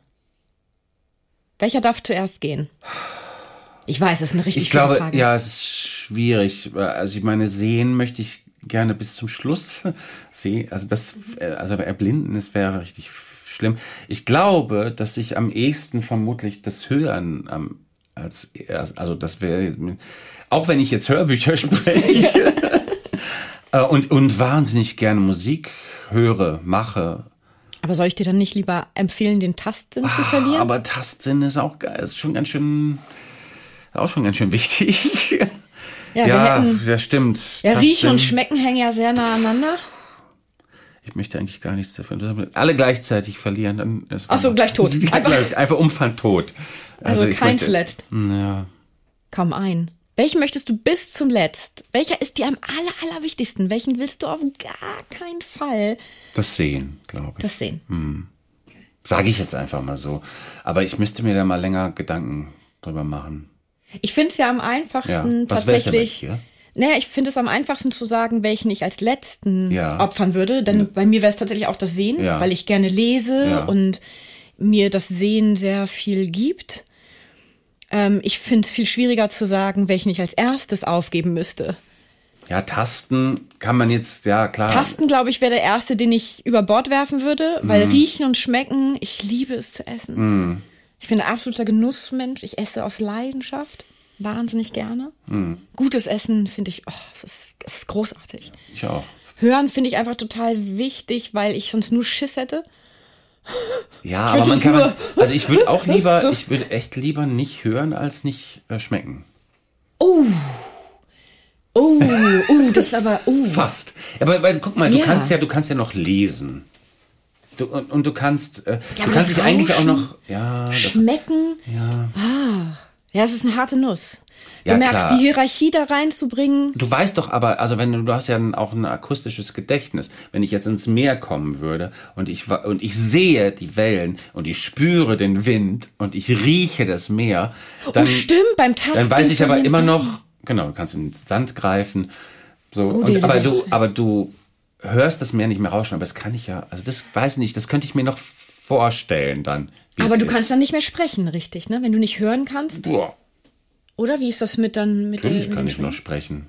Welcher darf zuerst gehen? Ich weiß, es ist eine richtig Ich glaube, Frage. ja, es ist schwierig. Also ich meine, sehen möchte ich gerne bis zum Schluss sehen. Also das, also erblinden, das wäre richtig schlimm. Ich glaube, dass ich am ehesten vermutlich das Hören am als erst, also das wäre, auch wenn ich jetzt Hörbücher spreche und und wahnsinnig gerne Musik höre, mache. Aber soll ich dir dann nicht lieber empfehlen, den Tastsinn ah, zu verlieren? Aber Tastsinn ist auch ist schon ganz schön, auch schon ganz schön wichtig. Ja, ja, wir hätten, das stimmt. Ja, Riechen und Schmecken hängen ja sehr nah aneinander. Ich möchte eigentlich gar nichts dafür. Alle gleichzeitig verlieren, dann ist Ach so, gleich tot. Einfach, einfach Umfall tot. Also, also kein zuletzt. Ja. Kaum ein. Welchen möchtest du bis zum Letzt? Welcher ist dir am aller, aller wichtigsten? Welchen willst du auf gar keinen Fall? Das Sehen, glaube ich. Das Sehen. Hm. Sage ich jetzt einfach mal so. Aber ich müsste mir da mal länger Gedanken drüber machen. Ich finde es ja am einfachsten ja. Was tatsächlich. Denn naja, ich finde es am einfachsten zu sagen, welchen ich als letzten ja. opfern würde. Denn ja. bei mir wäre es tatsächlich auch das Sehen, ja. weil ich gerne lese ja. und mir das Sehen sehr viel gibt. Ähm, ich finde es viel schwieriger zu sagen, welchen ich als erstes aufgeben müsste. Ja, Tasten kann man jetzt, ja klar. Tasten, glaube ich, wäre der erste, den ich über Bord werfen würde, weil mm. Riechen und Schmecken, ich liebe es zu essen. Mm. Ich bin ein absoluter Genussmensch. Ich esse aus Leidenschaft. Wahnsinnig gerne. Mm. Gutes Essen finde ich, oh, es ist, es ist großartig. Ich auch. Hören finde ich einfach total wichtig, weil ich sonst nur Schiss hätte. Ja, aber man kann, man, also ich würde auch lieber, ich würde echt lieber nicht hören, als nicht äh, schmecken. Oh, oh, oh, das ist aber, oh. Fast. Aber weil, guck mal, du ja. kannst ja, du kannst ja noch lesen. Du, und, und du kannst, äh, ja, du kannst dich eigentlich auch noch, ja. Das, schmecken. Ja. Ah, ja, es ist eine harte Nuss. Du ja, merkst, klar. die Hierarchie da reinzubringen. Du weißt doch aber, also wenn du, du hast ja auch ein akustisches Gedächtnis. Wenn ich jetzt ins Meer kommen würde und ich und ich sehe die Wellen und ich spüre den Wind und ich rieche das Meer, dann, oh, stimmt, beim Tasten. Dann weiß ich aber immer noch, genau, du kannst in den Sand greifen, so, oh, und, aber du, aber du hörst das Meer nicht mehr rauschen, aber das kann ich ja, also das weiß ich nicht, das könnte ich mir noch vorstellen dann. Aber du ist. kannst dann nicht mehr sprechen, richtig, ne? Wenn du nicht hören kannst. Boah. Oder wie ist das mit dann mit Natürlich der, kann ich noch sprechen.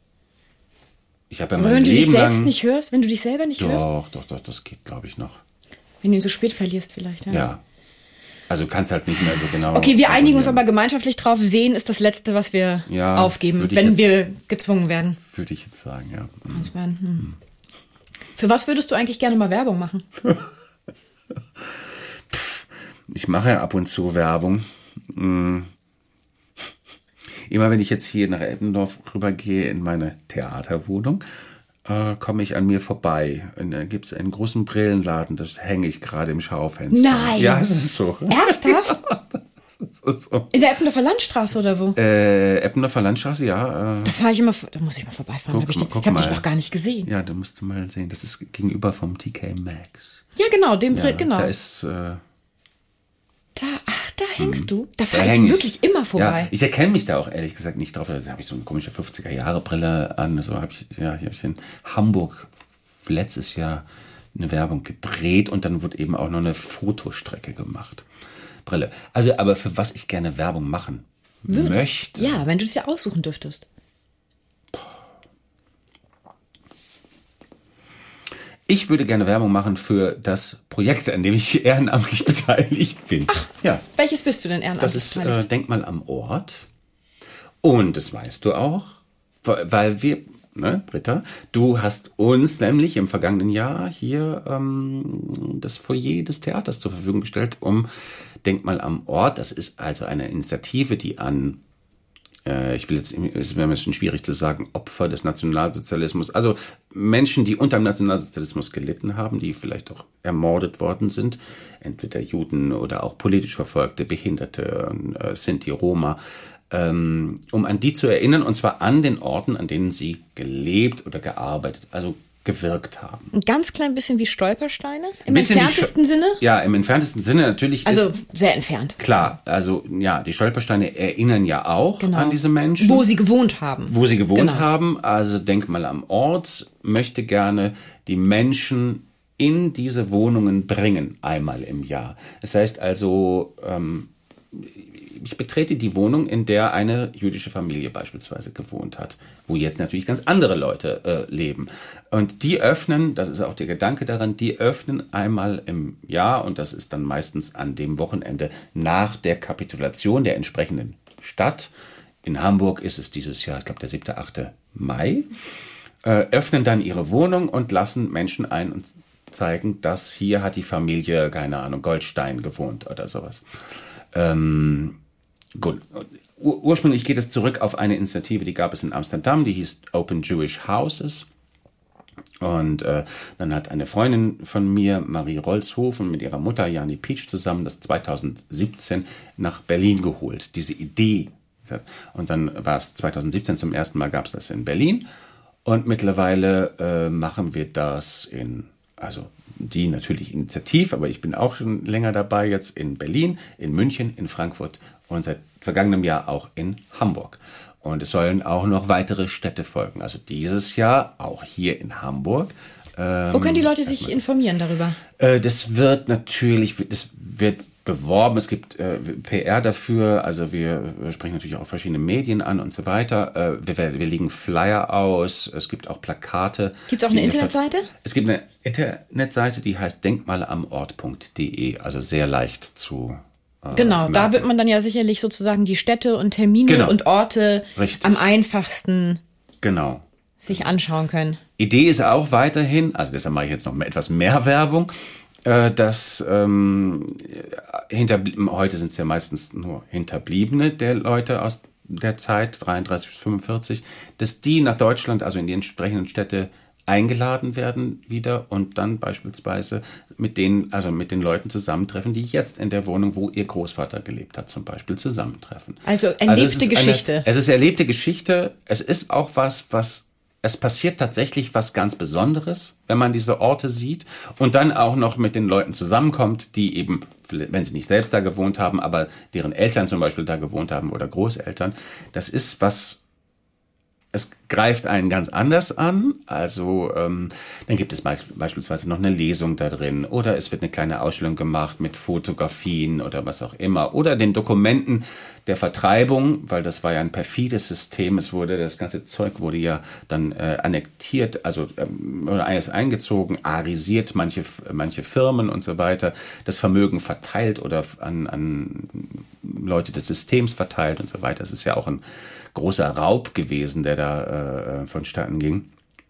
Ich habe ja Aber mein wenn du Leben dich selbst lang nicht hörst, wenn du dich selber nicht doch, hörst? Doch, doch, doch, das geht, glaube ich, noch. Wenn du ihn so spät verlierst vielleicht, ja. Ja. Also du kannst halt nicht mehr so genau... Okay, wir einigen uns aber gemeinschaftlich drauf. Sehen ist das Letzte, was wir ja, aufgeben, wenn jetzt, wir gezwungen werden. Würde ich jetzt sagen, ja. Mhm. Hm. Hm. Für was würdest du eigentlich gerne mal Werbung machen? Ich mache ja ab und zu Werbung. Hm. Immer wenn ich jetzt hier nach Eppendorf rübergehe in meine Theaterwohnung, äh, komme ich an mir vorbei. Und da gibt es einen großen Brillenladen, das hänge ich gerade im Schaufenster. Nein! Ja, es ist so. Ernsthaft? Ja, das ist so. In der Eppendorfer Landstraße oder wo? Äh, Eppendorfer Landstraße, ja. Äh, da fahre ich immer, da muss ich mal vorbeifahren. Guck, hab ich den, ich habe dich noch gar nicht gesehen. Ja, da musst du mal sehen. Das ist gegenüber vom T K Maxx. Ja, genau, dem ja, Brill, genau. Da ist... Äh, Da, ach, da hängst hm. du? Da da fahre ich wirklich ich. immer vorbei. Ja, ich erkenne mich da auch ehrlich gesagt nicht drauf. Da habe ich so eine komische fünfziger-Jahre-Brille an. So habe ich, ja, hier habe ich in Hamburg letztes Jahr eine Werbung gedreht und dann wurde eben auch noch eine Fotostrecke gemacht. Brille. Also, aber für was ich gerne Werbung machen Würdest. möchte. Ja, wenn du es ja aussuchen dürftest. Ich würde gerne Werbung machen für das Projekt, an dem ich ehrenamtlich beteiligt bin. Ach, ja. Welches bist du denn ehrenamtlich das ist, beteiligt? Das äh, ist Denkmal am Ort. Und das weißt du auch, weil wir, ne, Britta, du hast uns nämlich im vergangenen Jahr hier ähm, das Foyer des Theaters zur Verfügung gestellt, um Denkmal am Ort. Das ist also eine Initiative, die an ich will jetzt, es wäre mir schon schwierig zu sagen, Opfer des Nationalsozialismus, also Menschen, die unter dem Nationalsozialismus gelitten haben, die vielleicht auch ermordet worden sind, entweder Juden oder auch politisch Verfolgte, Behinderte, Sinti, Roma, ähm, um an die zu erinnern, und zwar an den Orten, an denen sie gelebt oder gearbeitet, also gewirkt haben. Ein ganz klein bisschen wie Stolpersteine? Im Bisschen entferntesten wie, Sinne? Ja, im entferntesten Sinne natürlich. Also ist, sehr entfernt. Klar, also ja, die Stolpersteine erinnern ja auch Genau. an diese Menschen. Wo sie gewohnt haben. Wo sie gewohnt Genau. haben. Also Denkmal am Ort möchte gerne die Menschen in diese Wohnungen bringen, einmal im Jahr. Das heißt also, ähm, ich betrete die Wohnung, in der eine jüdische Familie beispielsweise gewohnt hat, wo jetzt natürlich ganz andere Leute äh, leben. Und die öffnen, das ist auch der Gedanke daran, die öffnen einmal im Jahr, und das ist dann meistens an dem Wochenende nach der Kapitulation der entsprechenden Stadt. In Hamburg ist es dieses Jahr, ich glaube, der siebte, achte Mai, äh, öffnen dann ihre Wohnung und lassen Menschen ein und zeigen, dass hier hat die Familie, keine Ahnung, Goldstein gewohnt oder sowas. Ähm, gut. Ur- ursprünglich geht es zurück auf eine Initiative, die gab es in Amsterdam, die hieß Open Jewish Houses. Und äh, dann hat eine Freundin von mir, Marie Rolzhofen, mit ihrer Mutter Jani Pietsch zusammen das zweitausendsiebzehn nach Berlin geholt, diese Idee. Und dann war es zweitausendsiebzehn zum ersten Mal, gab es das in Berlin. Und mittlerweile äh, machen wir das in, also die natürlich initiativ, aber ich bin auch schon länger dabei, jetzt in Berlin, in München, in Frankfurt und seit vergangenem Jahr auch in Hamburg. Und es sollen auch noch weitere Städte folgen. Also dieses Jahr auch hier in Hamburg. Ähm, Wo können die Leute sich informieren darüber? Äh, das wird natürlich, das wird beworben, es gibt äh, P R dafür, also wir sprechen natürlich auch verschiedene Medien an und so weiter. Äh, wir, wir legen Flyer aus, es gibt auch Plakate. Gibt es auch eine Internetseite? Es gibt eine Internetseite, die heißt denkmalamort punkt de, also sehr leicht zu äh, Genau, merken. da wird man dann ja sicherlich sozusagen die Städte und Termine Genau. und Orte Richtig. am einfachsten Genau. sich anschauen können. Idee ist auch weiterhin, also deshalb mache ich jetzt noch etwas mehr Werbung, äh, dass ähm, hinterblieben, heute sind es ja meistens nur Hinterbliebene der Leute aus der Zeit, dreiunddreißig bis fünfundvierzig, dass die nach Deutschland, also in die entsprechenden Städte eingeladen werden wieder und dann beispielsweise mit denen, also mit den Leuten zusammentreffen, die jetzt in der Wohnung, wo ihr Großvater gelebt hat, zum Beispiel zusammentreffen. Also erlebte also es ist Geschichte. Eine, es ist erlebte Geschichte. Es ist auch was, was es passiert tatsächlich was ganz Besonderes, wenn man diese Orte sieht und dann auch noch mit den Leuten zusammenkommt, die eben, wenn sie nicht selbst da gewohnt haben, aber deren Eltern zum Beispiel da gewohnt haben oder Großeltern. Das ist was, es greift einen ganz anders an. Also ähm, dann gibt es beispielsweise noch eine Lesung da drin oder es wird eine kleine Ausstellung gemacht mit Fotografien oder was auch immer oder den Dokumenten der Vertreibung, weil das war ja ein perfides System. Es wurde, das ganze Zeug wurde ja dann äh, annektiert, also ähm, oder alles eingezogen, arisiert, manche, manche Firmen und so weiter, das Vermögen verteilt oder an, an Leute des Systems verteilt und so weiter. Das ist ja auch ein großer Raub gewesen, der da äh, vonstatten ging.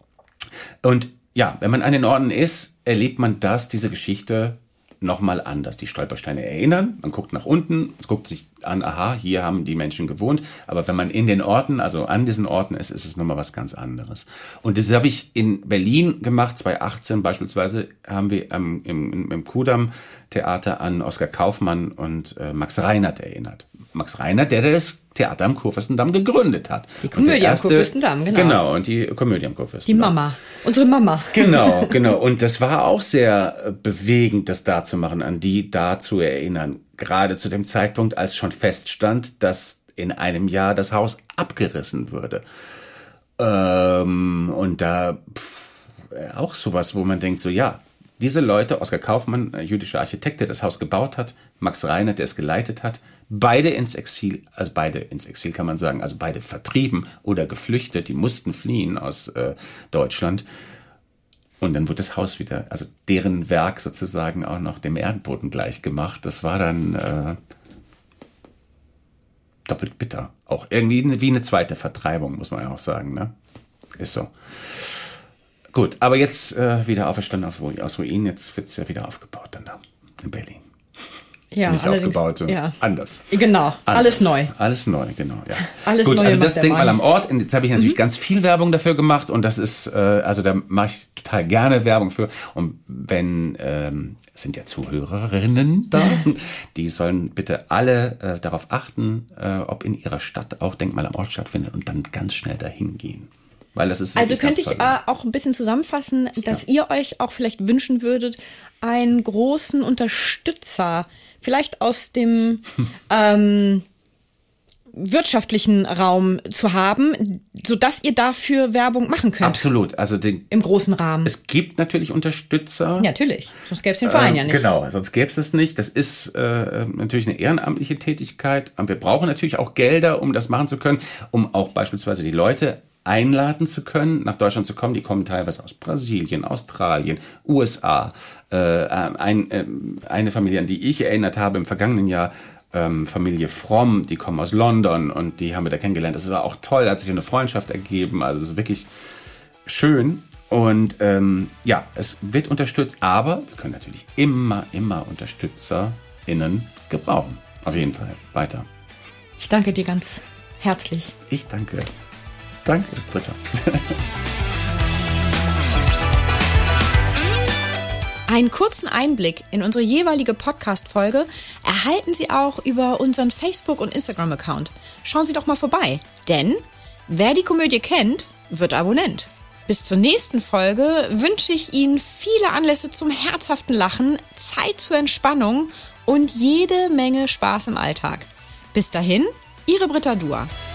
Und ja, wenn man an den Orten ist, erlebt man das, diese Geschichte nochmal anders. Die Stolpersteine erinnern, man guckt nach unten, guckt sich an, aha, hier haben die Menschen gewohnt. Aber wenn man in den Orten, also an diesen Orten ist, ist es nochmal was ganz anderes. Und das habe ich in Berlin gemacht, zweitausendachtzehn beispielsweise, haben wir ähm, im, im Kudamm-Theater an Oskar Kaufmann und äh, Max Reinhardt erinnert. Max Reinhardt, der, der das Theater am Kurfürstendamm gegründet hat. Die Komödie am Kurfürstendamm, genau. Genau, und die Komödie am Kurfürstendamm. Die Mama, unsere Mama. Genau, genau. Und das war auch sehr bewegend, das da zu machen, an die da zu erinnern. Gerade zu dem Zeitpunkt, als schon feststand, dass in einem Jahr das Haus abgerissen würde. Ähm, und da pff, auch sowas, wo man denkt, so ja, diese Leute, Oskar Kaufmann, jüdischer Architekt, der das Haus gebaut hat, Max Reinhardt, der es geleitet hat, beide ins Exil, also beide ins Exil kann man sagen, also beide vertrieben oder geflüchtet, die mussten fliehen aus äh, Deutschland. Und dann wurde das Haus wieder, also deren Werk sozusagen auch noch dem Erdboden gleich gemacht. Das war dann äh, doppelt bitter. Auch irgendwie wie eine zweite Vertreibung, muss man ja auch sagen, ne? Ist so. Gut, aber jetzt äh, wieder auferstanden aus Ruinen. Jetzt wird es ja wieder aufgebaut dann da in Berlin. Ja, nicht aufgebaut, ja. anders. Genau, anders. alles neu. Alles neu, genau, ja. Alles Gut, neu also das macht der Denkmal Mann. am Ort, jetzt habe ich natürlich Mhm. ganz viel Werbung dafür gemacht und das ist, äh, also da mache ich total gerne Werbung für. Und wenn, ähm, es sind ja Zuhörerinnen da, die sollen bitte alle äh, darauf achten, äh, ob in ihrer Stadt auch Denkmal am Ort stattfindet und dann ganz schnell dahin gehen. Weil das ist Also könnte ich toll. äh, auch ein bisschen zusammenfassen, dass ihr euch auch vielleicht wünschen würdet, einen großen Unterstützer, vielleicht aus dem ähm, wirtschaftlichen Raum zu haben, sodass ihr dafür Werbung machen könnt. Absolut. Also den, im großen Rahmen. Es gibt natürlich Unterstützer. Natürlich, sonst gäbe es den Verein äh, ja nicht. Genau, sonst gäbe es das nicht. Das ist äh, natürlich eine ehrenamtliche Tätigkeit. Und wir brauchen natürlich auch Gelder, um das machen zu können, um auch beispielsweise die Leute einladen zu können, nach Deutschland zu kommen. Die kommen teilweise aus Brasilien, Australien, U S A. Äh, ein, äh, eine Familie, an die ich erinnert habe im vergangenen Jahr, ähm, Familie Fromm, die kommen aus London und die haben wir da kennengelernt. Das war auch toll, da hat sich eine Freundschaft ergeben. Also es ist wirklich schön. Und ähm, ja, es wird unterstützt, aber wir können natürlich immer, immer UnterstützerInnen gebrauchen. Auf jeden Fall. Weiter. Ich danke dir ganz herzlich. Ich danke. Danke, Britta. Einen kurzen Einblick in unsere jeweilige Podcast-Folge erhalten Sie auch über unseren Facebook- und Instagram-Account. Schauen Sie doch mal vorbei, denn wer die Komödie kennt, wird Abonnent. Bis zur nächsten Folge wünsche ich Ihnen viele Anlässe zum herzhaften Lachen, Zeit zur Entspannung und jede Menge Spaß im Alltag. Bis dahin, Ihre Britta Dua.